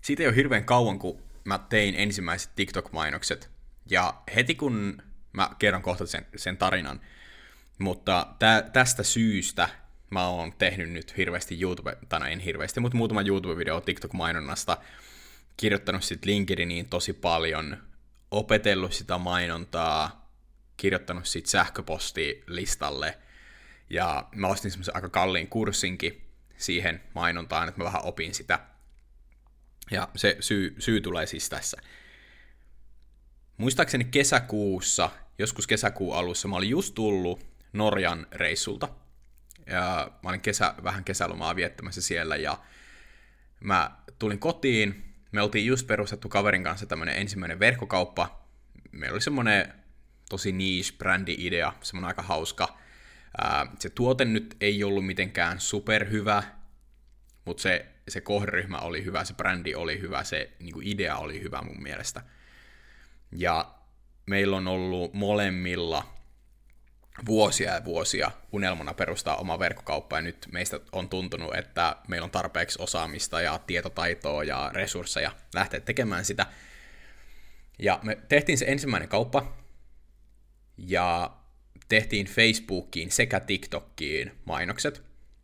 Siitä ei ole hirveän kauan, kun mä tein ensimmäiset TikTok-mainokset. Ja heti kun mä kerron kohta sen tarinan, mutta tästä syystä mä oon tehnyt nyt hirveästi tai no en hirveästi, mutta muutama YouTube-video TikTok-mainonnasta, kirjoittanut sit LinkedIniin tosi paljon, opetellut sitä mainontaa, kirjoittanut sit sähköpostilistalle, ja mä ostin semmoisen aika kalliin kurssinkin siihen mainontaan, että mä vähän opin sitä. Ja se syy tulee siis tässä. Muistaakseni kesäkuussa, joskus kesäkuun alussa, mä olin just tullut Norjan reissulta. Ja mä olin vähän kesälomaa viettämässä siellä, ja mä tulin kotiin. Me oltiin just perustettu kaverin kanssa tämmönen ensimmäinen verkkokauppa. Meillä oli semmonen tosi niche-brändi-idea, semmonen aika hauska. Se tuote nyt ei ollut mitenkään superhyvä, mutta se kohderyhmä oli hyvä, se brändi oli hyvä, se niinku idea oli hyvä mun mielestä. Ja meillä on ollut molemmilla vuosia ja vuosia unelmana perustaa oma verkkokauppa, ja nyt meistä on tuntunut, että meillä on tarpeeksi osaamista ja tietotaitoa ja resursseja lähteä tekemään sitä. Ja me tehtiin se ensimmäinen kauppa, ja tehtiin Facebookiin sekä TikTokiin mainokset.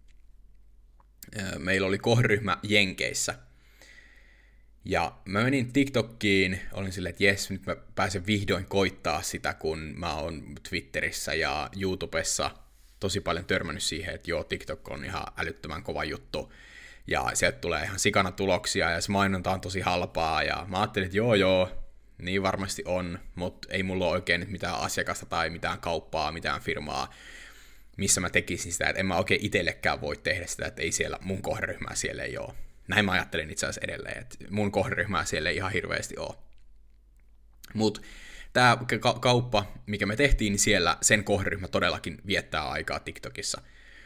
Meillä oli kohderyhmä Jenkeissä. Ja mä menin TikTokiin, olin silleen, että jes, nyt mä pääsen vihdoin koittaa sitä, kun mä oon Twitterissä ja YouTubessa tosi paljon törmännyt siihen, että joo, TikTok on ihan älyttömän kova juttu. Ja sieltä tulee ihan sikana tuloksia ja se mainonta on tosi halpaa. Ja mä ajattelin, että joo, niin varmasti on, mutta ei mulla ole oikein nyt mitään asiakasta tai mitään kauppaa, mitään firmaa, missä mä tekisin sitä, että en mä oikein itsellekään voi tehdä sitä, että ei siellä mun kohderyhmää siellä ei ole. Näin mä ajattelin itse asiassa edelleen, että mun kohderyhmää siellä ei ihan hirveästi ole. Mutta tämä kauppa, mikä me tehtiin, niin siellä sen kohderyhmä todellakin viettää aikaa TikTokissa.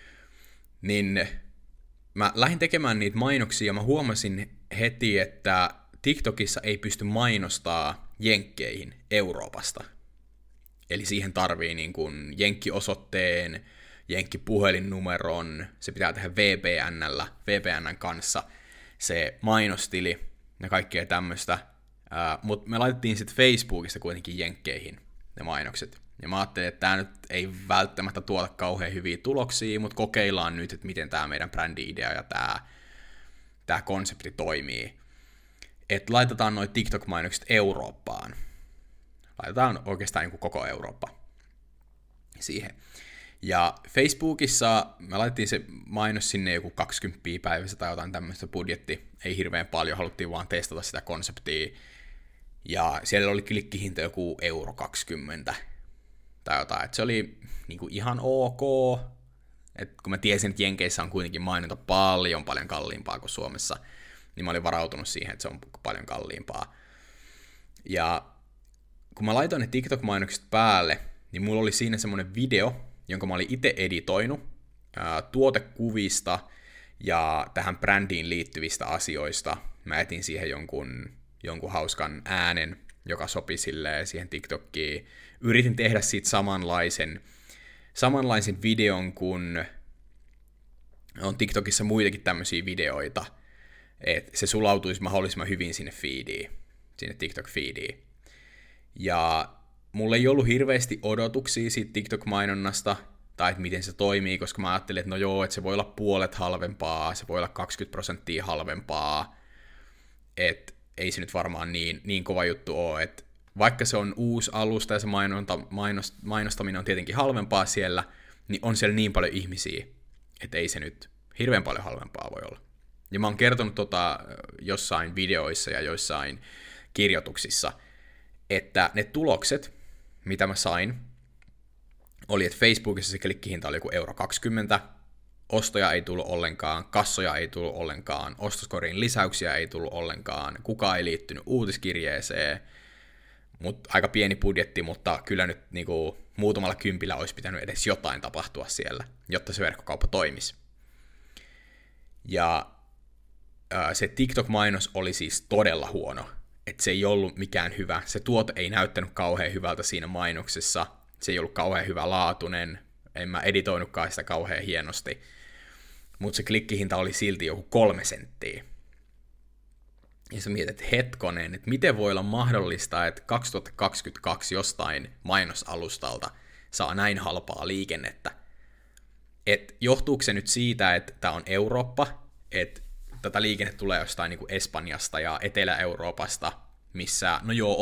Niin mä lähdin tekemään niitä mainoksia ja mä huomasin heti, että TikTokissa ei pysty mainostaa jenkkeihin Euroopasta. Eli siihen tarvii niin kuin jenkkiosoitteen, jenkkipuhelinnumeron, se pitää tehdä VPN:n kanssa se mainostili ja kaikkea tämmöistä. Mutta me laitettiin sitten Facebookista kuitenkin jenkkeihin ne mainokset. Ja mä ajattelin, että tämä nyt ei välttämättä tuota kauhean hyviä tuloksia, mutta kokeillaan nyt, että miten tämä meidän brändi-idea ja tämä konsepti toimii. Että laitetaan noi TikTok-mainokset Eurooppaan. Laitetaan oikeastaan niin kuin koko Eurooppa siihen. Ja Facebookissa me laitettiin se mainos sinne joku 20 päivässä tai jotain tämmöistä budjetti. Ei hirveän paljon, haluttiin vaan testata sitä konseptia. Ja siellä oli klikkihinta joku euro 20 tai jotain. Et se oli niin kuin ihan ok. Et kun mä tiesin, että Jenkeissä on kuitenkin mainonta paljon kalliimpaa kuin Suomessa, niin mä olin varautunut siihen, että se on paljon kalliimpaa. Ja kun mä laitoin ne TikTok-mainokset päälle, niin mulla oli siinä semmoinen video, jonka mä olin itse editoinut tuotekuvista ja tähän brändiin liittyvistä asioista. Mä etin siihen jonkun hauskan äänen, joka sopi siihen TikTokiin. Yritin tehdä siitä samanlaisen videon, kun on TikTokissa muitakin tämmöisiä videoita, että se sulautuisi mahdollisimman hyvin sinne TikTok-feediin. Ja mulla ei ollut hirveästi odotuksia siitä TikTok-mainonnasta, tai että miten se toimii, koska mä ajattelin, että no joo, että se voi olla puolet halvempaa, se voi olla 20% halvempaa, että ei se nyt varmaan niin kova juttu ole, että vaikka se on uusi alusta ja se mainostaminen on tietenkin halvempaa siellä, niin on siellä niin paljon ihmisiä, että ei se nyt hirveän paljon halvempaa voi olla. Ja mä oon kertonut jossain videoissa ja joissain kirjoituksissa, että ne tulokset, mitä mä sain, oli, että Facebookissa se klikkihinta oli joku euro 20, ostoja ei tullut ollenkaan, kassoja ei tullut ollenkaan, ostoskoriin lisäyksiä ei tullut ollenkaan, kukaan ei liittynyt uutiskirjeeseen, aika pieni budjetti, mutta kyllä nyt niinku muutamalla kympillä olisi pitänyt edes jotain tapahtua siellä, jotta se verkkokauppa toimisi. Ja se TikTok-mainos oli siis todella huono, että se ei ollut mikään hyvä, se tuote ei näyttänyt kauhean hyvältä siinä mainoksessa, se ei ollut kauhean hyvä laatuinen, en mä editoinutkaan sitä kauhean hienosti, mutta se klikkihinta oli silti joku 3 senttiä. Ja sä mietit, että hetkonen, että miten voi olla mahdollista, että 2022 jostain mainosalustalta saa näin halpaa liikennettä. Et johtuuko se nyt siitä, että tämä on Eurooppa, että tätä liikennettä tulee jostain niin kuin Espanjasta ja Etelä-Euroopasta, missä, no joo,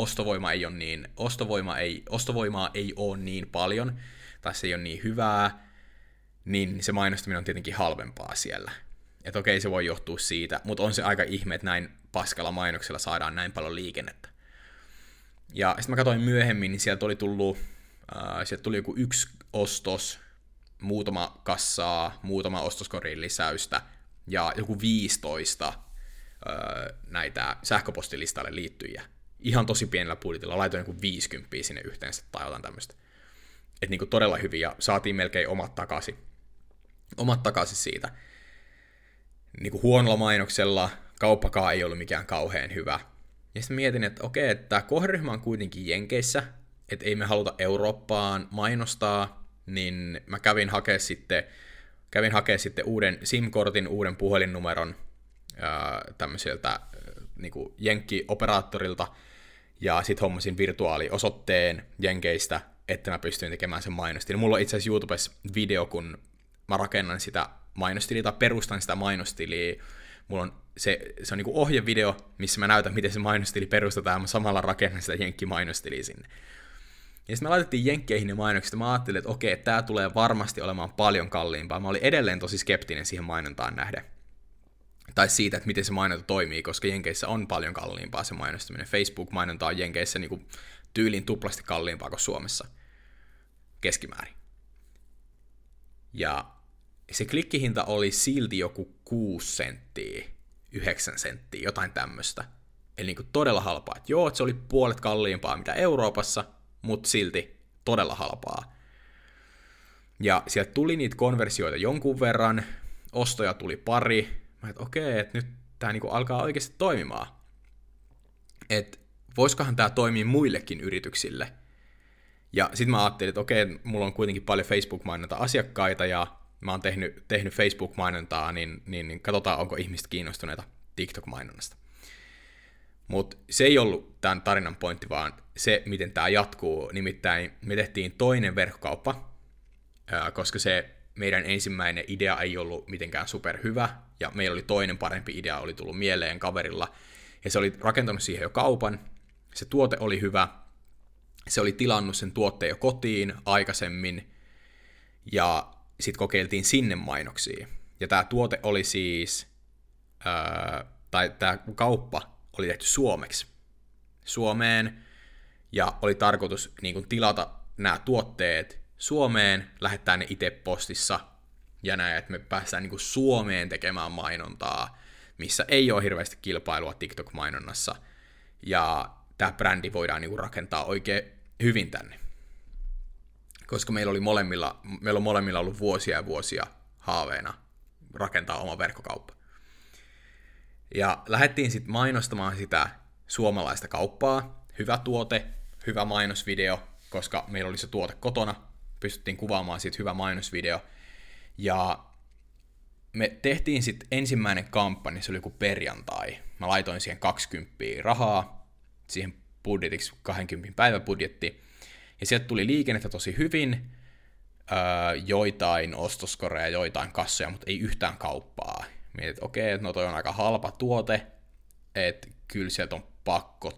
ostovoimaa ei ole niin paljon, tai se ei ole niin hyvää, niin se mainostaminen on tietenkin halvempaa siellä. Että okei, se voi johtua siitä, mutta on se aika ihme, että näin paskalla mainoksella saadaan näin paljon liikennettä. Ja sitten mä katsoin myöhemmin, niin sieltä tuli joku yksi ostos, muutama kassaa, muutama ostoskoriin lisäystä, ja joku 15 näitä sähköpostilistalle liittyjiä. Ihan tosi pienellä budjetilla, laitoin joku 50 sinne yhteensä tai jotain tämmöistä. Että niinku todella hyvin, ja saatiin melkein omat takaisin siitä. Niinku huonolla mainoksella, kauppakaan ei ollut mikään kauhean hyvä. Ja sitten mietin, että okei, että tämä kohderyhmä on kuitenkin Jenkeissä, että ei me haluta Eurooppaan mainostaa, niin mä kävin hakea sitten uuden SIM-kortin, uuden puhelinnumeron tämmöiseltä niinku Jenkki-operaattorilta, ja sitten hommasin virtuaaliosoitteen Jenkeistä, että mä pystyin tekemään sen mainostilin. Mulla on itse asiassa YouTubessa video, kun mä rakennan sitä mainostiliä tai perustan sitä mainostiliä. Mulla on se on niinku ohjevideo, missä mä näytän, miten se mainostili perustetaan, ja mä samalla rakennan sitä Jenkki-mainostiliä sinne. Ja sitten me laitettiin Jenkkeihin ne mainokset, ja mä ajattelin, että okei, tää tulee varmasti olemaan paljon kalliimpaa. Mä olin edelleen tosi skeptinen siihen mainontaan nähden. Tai siitä, että miten se mainonta toimii, koska Jenkeissä on paljon kalliimpaa se mainostaminen. Facebook-mainonta on Jenkeissä niinku tyylin tuplasti kalliimpaa kuin Suomessa keskimäärin. Ja se klikkihinta oli silti joku 6 senttiä, 9 senttiä, jotain tämmöistä. Eli niinku todella halpaa. Et joo, että se oli puolet kalliimpaa mitä Euroopassa, mutta silti todella halpaa. Ja sieltä tuli niitä konversioita jonkun verran, ostoja tuli pari. Mä et okei, että nyt tää niinku alkaa oikeasti toimimaan. Että voisikohan tää toimia muillekin yrityksille. Ja sit mä ajattelin, että okei, mulla on kuitenkin paljon Facebook-mainonta asiakkaita ja mä oon tehnyt Facebook-mainontaa, niin katsotaan, onko ihmiset kiinnostuneita TikTok-mainonnasta. Mutta se ei ollut tämän tarinan pointti, vaan se, miten tämä jatkuu. Nimittäin me tehtiin toinen verkkokauppa, koska se meidän ensimmäinen idea ei ollut mitenkään superhyvä, ja meillä oli toinen parempi idea, oli tullut mieleen kaverilla, ja se oli rakentanut siihen jo kaupan. Se tuote oli hyvä, se oli tilannut sen tuotteen jo kotiin aikaisemmin, ja sitten kokeiltiin sinne mainoksia. Ja tämä tuote oli siis, tai tämä kauppa oli tehty Suomeen, ja oli tarkoitus niin kuin tilata nämä tuotteet Suomeen, lähettää ne itse postissa, ja näin, että me päästään niin kuin Suomeen tekemään mainontaa, missä ei ole hirveästi kilpailua TikTok-mainonnassa, ja tämä brändi voidaan niin kuin rakentaa oikein hyvin tänne. Koska meillä on molemmilla ollut vuosia ja vuosia haaveena rakentaa oma verkkokauppa. Ja lähdettiin sitten mainostamaan sitä suomalaista kauppaa. Hyvä tuote, hyvä mainosvideo, koska meillä oli se tuote kotona. Pystyttiin kuvaamaan siitä hyvä mainosvideo. Ja me tehtiin sitten ensimmäinen kampanja, se oli joku perjantai. Mä laitoin siihen 20 rahaa, siihen budjetiksi 20 päiväbudjetti. Ja sieltä tuli liikennettä tosi hyvin, joitain ostoskoreja, joitain kassoja, mutta ei yhtään kauppaa. Mietin, että okei, no toi on aika halpa tuote, että kyllä sieltä on pakko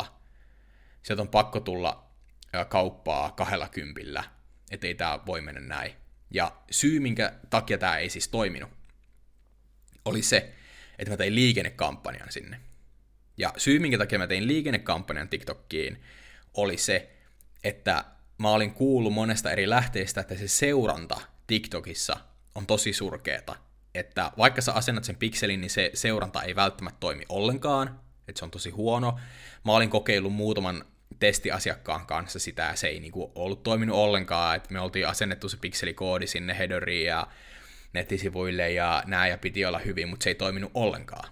tulla kauppaa 20, että ei tää voi mennä näin. Ja syy, minkä takia tää ei siis toiminut, oli se, että mä tein liikennekampanjan sinne. Ja syy, minkä takia mä tein liikennekampanjan TikTokkiin, oli se, että mä olin kuullut monesta eri lähteestä, että se seuranta TikTokissa on tosi surkeeta. Että vaikka sä asennat sen pikselin, niin se seuranta ei välttämättä toimi ollenkaan, että se on tosi huono. Mä olin kokeillut muutaman testiasiakkaan kanssa sitä, ja se ei niinku ollut toiminut ollenkaan, että me oltiin asennettu se pikselikoodi sinne headeriin ja nettisivuille ja nää, ja piti olla hyvin, mutta se ei toiminut ollenkaan.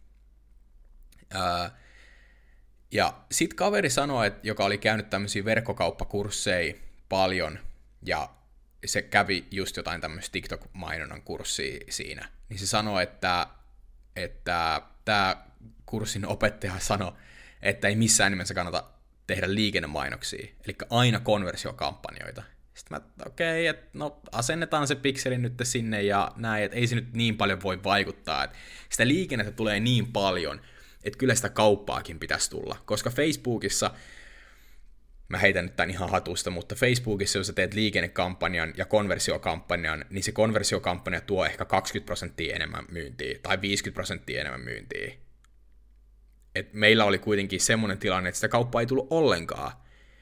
Ja sit kaveri sanoi, että joka oli käynyt tämmöisiä verkkokauppakursseja paljon, ja se kävi just jotain tämmöistä TikTok-mainonnan kurssia siinä, niin se sanoi, että tämä kurssin opettaja sanoi, että ei missään nimessä kannata tehdä liikennemainoksia, eli aina konversiokampanjoita. Sitten asennetaan se pikseli nyt sinne ja näin, että ei se nyt niin paljon voi vaikuttaa, että sitä liikennettä tulee niin paljon, että kyllä sitä kauppaakin pitäisi tulla, koska Facebookissa, mä heitän nyt tämän ihan hatusta, mutta Facebookissa, jos sä teet liikennekampanjan ja konversiokampanjan, niin se konversiokampanja tuo ehkä 20% enemmän myyntiä tai 50% enemmän myyntiä. Et meillä oli kuitenkin semmoinen tilanne, että sitä kauppaa ei tullut ollenkaan.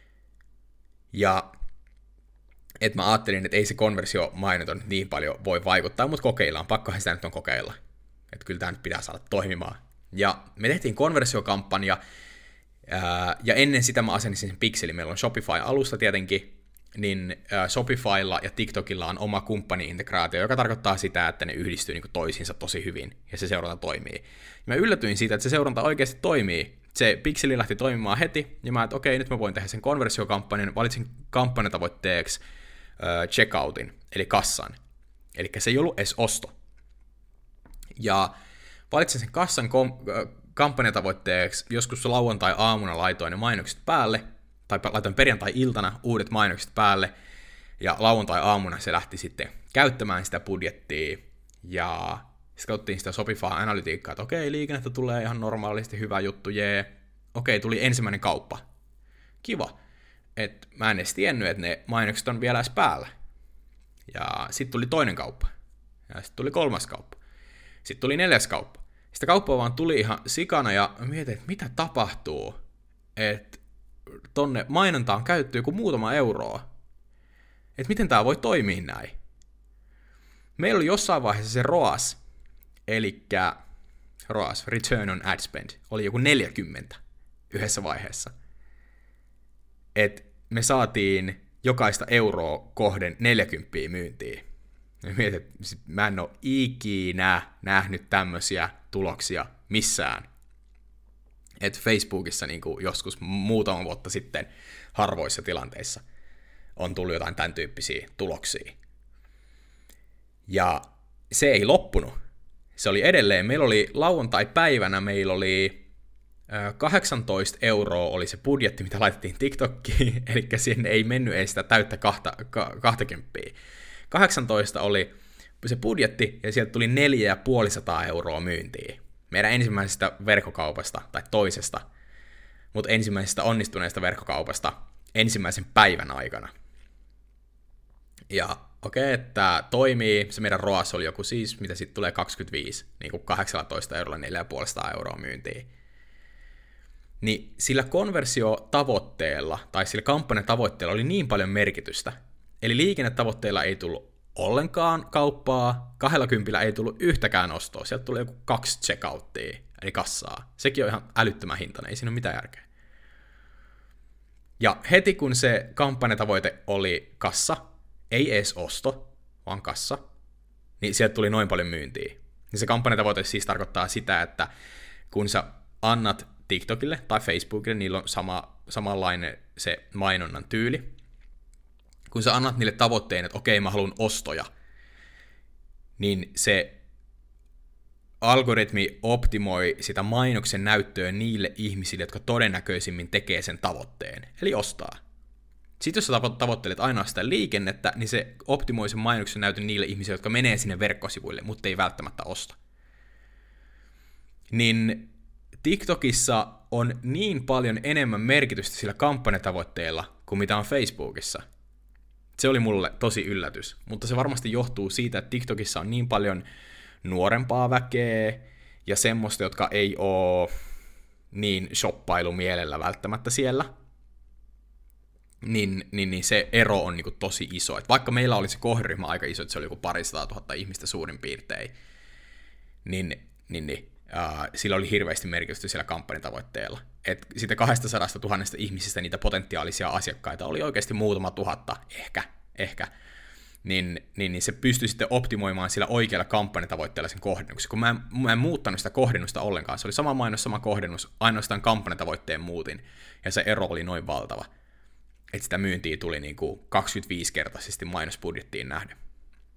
Ja et mä ajattelin, että ei se konversiomainonta nyt niin paljon voi vaikuttaa, mutta kokeillaan, pakkohan sitä nyt on kokeilla. Että kyllä tämä nyt pitää saada toimimaan. Ja me tehtiin konversiokampanja, ja ennen sitä mä asensin sen pikselin. Meillä on Shopify-alusta tietenkin, niin Shopifylla ja TikTokilla on oma kumppani-integraatio, joka tarkoittaa sitä, että ne yhdistyy niin kuin toisiinsa tosi hyvin, ja se seuranta toimii. Mä yllätyin siitä, että se seuranta oikeasti toimii. Se pikseli lähti toimimaan heti, ja mä että okei, nyt mä voin tehdä sen konversiokampanjan, valitsin kampanjatavoitteeksi checkoutin, eli kassan. Eli se ei ollut edes osto. Ja valitsin sen kassan kampanjatavoitteeksi, joskus lauantai-aamuna laitoin ne mainokset päälle, tai laitoin perjantai-iltana uudet mainokset päälle, ja lauantai-aamuna se lähti sitten käyttämään sitä budjettia, ja sitten katsottiin sitä Shopify-analytiikkaa, että okei, liikennettä tulee ihan normaalisti, hyvä juttu, jee. Okei, tuli ensimmäinen kauppa. Kiva. Et mä en edes tiennyt, että ne mainokset on vielä edes päällä. Ja sitten tuli toinen kauppa. Ja sitten tuli kolmas kauppa. Sitten tuli neljäs kauppa. Sitä kauppaa vaan tuli ihan sikana, ja mietin, että mitä tapahtuu. Että tonne mainontaan käyttyy joku muutama euroa. Että miten tää voi toimia näin. Meillä oli jossain vaiheessa se ROAS, eli ROAS, Return on Ad Spend, oli joku 40 yhdessä vaiheessa. Et me saatiin jokaista euroa kohden 40 myyntiin. Mietin, että mä en ole ikinä nähnyt tämmöisiä tuloksia missään. Et Facebookissa niin kuin joskus muutama vuotta sitten harvoissa tilanteissa on tullut jotain tämän tyyppisiä tuloksia. Ja se ei loppunut. Se oli edelleen, meillä oli lauantai-päivänä, meillä oli 18 euroa oli se budjetti, mitä laitettiin TikTokiin, eli sinne ei mennyt edes sitä täyttä 20. 18 oli se budjetti, ja sieltä tuli 450 euroa myyntiin. Meidän ensimmäisestä verkkokaupasta, tai toisesta, mutta ensimmäisestä onnistuneesta verkkokaupasta ensimmäisen päivän aikana. Ja okei, että toimii, se meidän ROAS oli joku siis, mitä sitten tulee 25, niin kuin 18 eurolla 450 euroa myyntiin. Niin sillä konversiotavoitteella, tai sillä kampanjatavoitteella oli niin paljon merkitystä. Eli liikennetavoitteella ei tullut ollenkaan kauppaa, 20 ei tullut yhtäkään ostoa, sieltä tuli joku 2 checkouttia, eli kassaa. Sekin on ihan älyttömän hintainen, ei siinä ole mitään järkeä. Ja heti kun se kampanjatavoite oli kassa, ei edes osto, vaan kassa, niin sieltä tuli noin paljon myyntiä. Ja se kampanjatavoite siis tarkoittaa sitä, että kun sä annat TikTokille tai Facebookille, niillä on samanlainen se mainonnan tyyli, kun sä annat niille tavoitteen, että okei, mä haluan ostoja, niin se algoritmi optimoi sitä mainoksen näyttöä niille ihmisille, jotka todennäköisimmin tekee sen tavoitteen, eli ostaa. Sitten jos sä tavoittelet ainoastaan liikennettä, niin se optimoi sen mainoksen näytön niille ihmisille, jotka menee sinne verkkosivuille, mutta ei välttämättä osta. Niin TikTokissa on niin paljon enemmän merkitystä sillä kampanjatavoitteella kuin mitä on Facebookissa. Se oli mulle tosi yllätys, mutta se varmasti johtuu siitä, että TikTokissa on niin paljon nuorempaa väkeä ja semmoista, jotka ei ole niin shoppailumielellä välttämättä siellä. Niin se ero on niinku tosi iso. Et vaikka meillä oli se kohderyhmä aika iso, että se oli joku 200 000 ihmistä suurin piirtein, niin sillä oli hirveästi merkitystä siellä kampanjatavoitteella. Et siitä 200 000 ihmisistä niitä potentiaalisia asiakkaita oli oikeasti muutama tuhatta, ehkä. Niin se pystyi sitten optimoimaan sillä oikealla kampanjatavoitteella sen kohdennuksen. Kun mä en muuttanut sitä kohdennusta ollenkaan, se oli sama mainos, sama kohdennus, ainoastaan kampanjatavoitteen muutin, ja se ero oli noin valtava. Että sitä myyntiä tuli niin kuin 25-kertaisesti mainosbudjettiin nähden.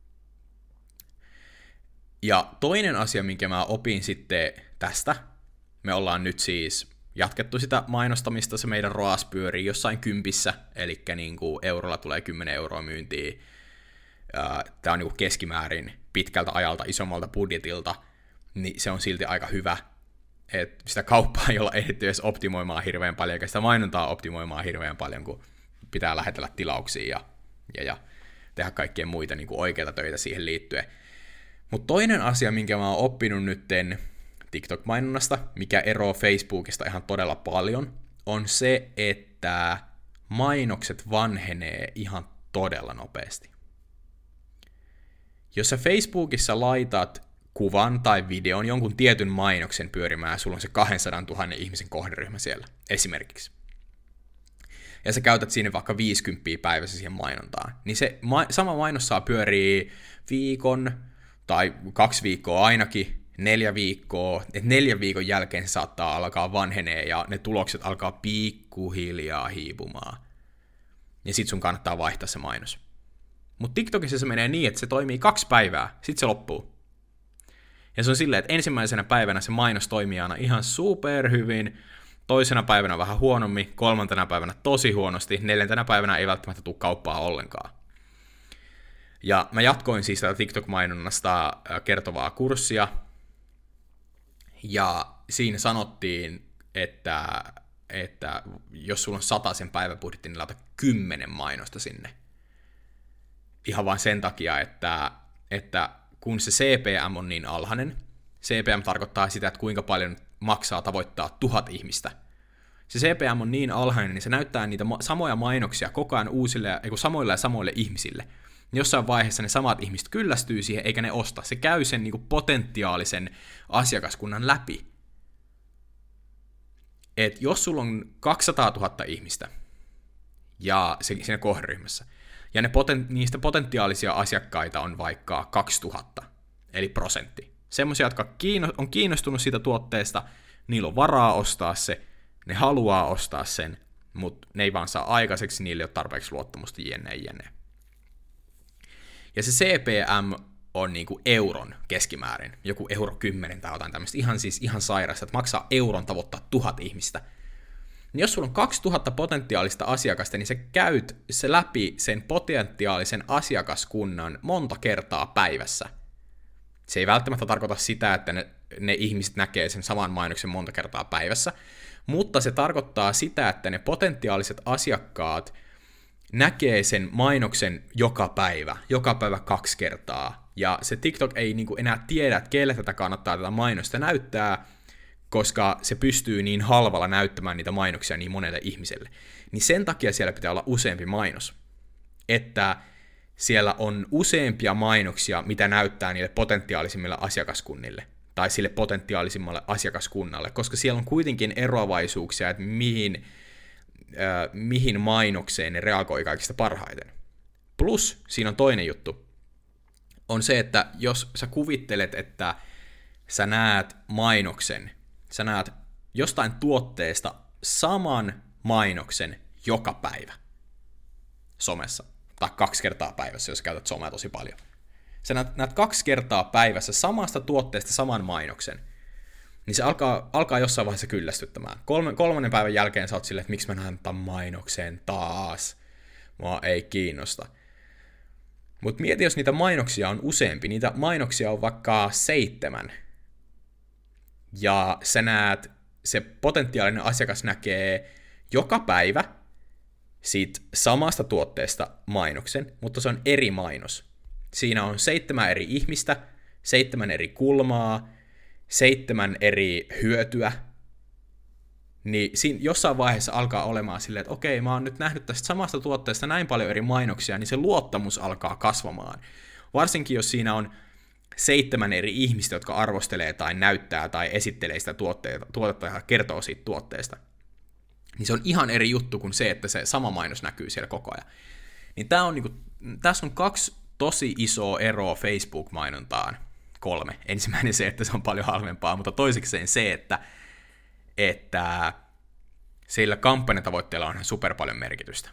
Ja toinen asia, minkä mä opin sitten tästä, Me ollaan nyt siis jatkettu sitä mainostamista, se meidän ROAS pyörii jossain 10, eli niin kuin eurolla tulee 10 euroa myyntiin. Tämä on niin kuin keskimäärin pitkältä ajalta isommalta budjetilta, niin se on silti aika hyvä, että sitä kauppaa ei olla ehditty edes optimoimaan hirveän paljon, eikä sitä mainontaa optimoimaan hirveän paljon, kun pitää lähetellä tilauksia ja tehdä kaikkien muita niin kuin oikeita töitä siihen liittyen. Mutta toinen asia, minkä mä oon oppinut nytten TikTok-mainonnasta, mikä eroaa Facebookista ihan todella paljon, on se, että mainokset vanhenee ihan todella nopeasti. Jos sä Facebookissa laitat kuvan tai videon jonkun tietyn mainoksen pyörimään, sulla on se 200 000 ihmisen kohderyhmä siellä, esimerkiksi. Ja sä käytät sinne vaikka 50 päivässä siihen mainontaan, niin se sama mainos saa pyöriä viikon tai 2 viikkoa ainakin, 4 viikkoa, että 4 viikon jälkeen se saattaa alkaa vanhenee ja ne tulokset alkaa pikkuhiljaa hiipumaan. Ja sit sun kannattaa vaihtaa se mainos. Mutta TikTokissa se menee niin, että se toimii 2 päivää, sit se loppuu. Ja se on silleen, että ensimmäisenä päivänä se mainos toimii aina ihan superhyvin, toisena päivänä vähän huonommin, 3. päivänä tosi huonosti, 4. päivänä ei välttämättä tule kauppaa ollenkaan. Ja mä jatkoin siis tätä TikTok-mainonnasta kertovaa kurssia, ja siinä sanottiin, että jos sulla on 100 päiväbudjetti, niin laita 10 mainosta sinne. Ihan vain sen takia, että kun se CPM on niin alhainen, CPM tarkoittaa sitä, että kuinka paljon maksaa tavoittaa 1000 ihmistä. Se CPM on niin alhainen, niin se näyttää niitä samoja mainoksia koko ajan samoille ja samoille ihmisille. Jossain vaiheessa ne samat ihmiset kyllästyy siihen, eikä ne osta. Se käy sen niin kuin potentiaalisen asiakaskunnan läpi. Et jos sulla on 200 000 ihmistä ja siinä kohderyhmässä, ja niistä potentiaalisia asiakkaita on vaikka 2000, eli prosentti. Semmoisia, jotka on kiinnostunut siitä tuotteesta, niillä on varaa ostaa se, ne haluaa ostaa sen, mutta ne ei vaan saa aikaiseksi, niille ei ole tarpeeksi luottamusta, jne. Ja se CPM on niinku euron keskimäärin, joku euro 10 tai jotain tämmöistä, ihan sairasta, että maksaa euron tavoittaa 1000 ihmistä. Niin jos sulla on 2000 potentiaalista asiakasta, niin sä käyt se läpi sen potentiaalisen asiakaskunnan monta kertaa päivässä. Se ei välttämättä tarkoita sitä, että ne ihmiset näkee sen saman mainoksen monta kertaa päivässä, mutta se tarkoittaa sitä, että ne potentiaaliset asiakkaat näkee sen mainoksen joka päivä 2 kertaa, ja se TikTok ei niinku enää tiedä, että kelle tätä kannattaa tätä mainosta näyttää, koska se pystyy niin halvalla näyttämään niitä mainoksia niin monelle ihmiselle. Niin sen takia siellä pitää olla useampi mainos, että siellä on useampia mainoksia, mitä näyttää niille potentiaalisimmille asiakaskunnille, tai sille potentiaalisimmalle asiakaskunnalle, koska siellä on kuitenkin eroavaisuuksia, että mihin mainokseen ne reagoi kaikista parhaiten. Plus, siinä on toinen juttu, on se, että jos sä kuvittelet, että sä näet mainoksen, sä näet jostain tuotteesta saman mainoksen joka päivä somessa, tai 2 kertaa päivässä, jos käytät somea tosi paljon. Sä näet 2 kertaa päivässä samasta tuotteesta saman mainoksen, niin se alkaa jossain vaiheessa kyllästyttämään. 3. päivän jälkeen sä oot silleen, että miksi mä näen tämän mainoksen taas, mua ei kiinnosta. Mutta mieti, jos niitä mainoksia on useampi, niitä mainoksia on vaikka 7, ja sä näet, se potentiaalinen asiakas näkee joka päivä siitä samasta tuotteesta mainoksen, mutta se on eri mainos. Siinä on 7 eri ihmistä, 7 eri kulmaa, 7 eri hyötyä, niin siinä jossain vaiheessa alkaa olemaan silleen, että okei, mä oon nyt nähnyt tästä samasta tuotteesta näin paljon eri mainoksia, niin se luottamus alkaa kasvamaan. Varsinkin jos siinä on 7 eri ihmistä, jotka arvostelee tai näyttää tai esittelee sitä tuotetta ja kertoo siitä tuotteesta. Niin se on ihan eri juttu kuin se, että se sama mainos näkyy siellä koko ajan. Niin tässä on 2 tosi isoa eroa Facebook-mainontaan. 3. Ensimmäinen se, että se on paljon halvempaa, mutta toisekseen se, että sillä kampanjatavoitteella on super paljon merkitystä.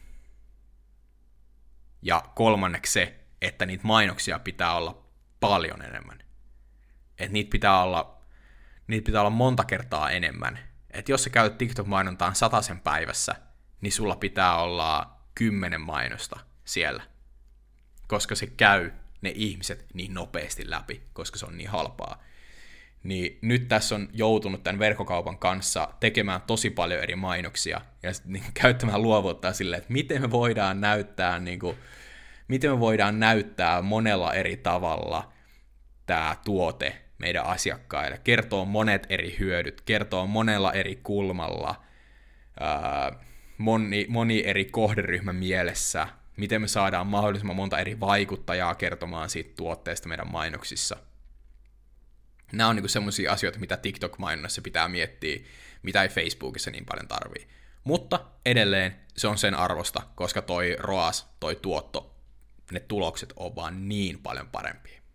Ja 3. se, että niitä mainoksia pitää olla paljon enemmän. Että niitä pitää olla niitä pitää olla monta kertaa enemmän. Et jos sä käytät TikTok-mainontaan 100 päivässä, niin sulla pitää olla 10 mainosta siellä, koska se käy ne ihmiset niin nopeasti läpi, koska se on niin halpaa. Niin nyt tässä on joutunut tämän verkkokaupan kanssa tekemään tosi paljon eri mainoksia ja käyttämään luovuutta silleen, että miten me voidaan näyttää monella eri tavalla tämä tuote meidän asiakkaille, kertoo monet eri hyödyt, kertoo monella eri kulmalla, moni eri kohderyhmä mielessä, miten me saadaan mahdollisimman monta eri vaikuttajaa kertomaan siitä tuotteesta meidän mainoksissa. Nämä on niinku semmoisia asioita, mitä TikTok-mainonnassa pitää miettiä, mitä ei Facebookissa niin paljon tarvii. Mutta edelleen se on sen arvosta, koska toi ROAS, toi tuotto, ne tulokset on vaan niin paljon parempia.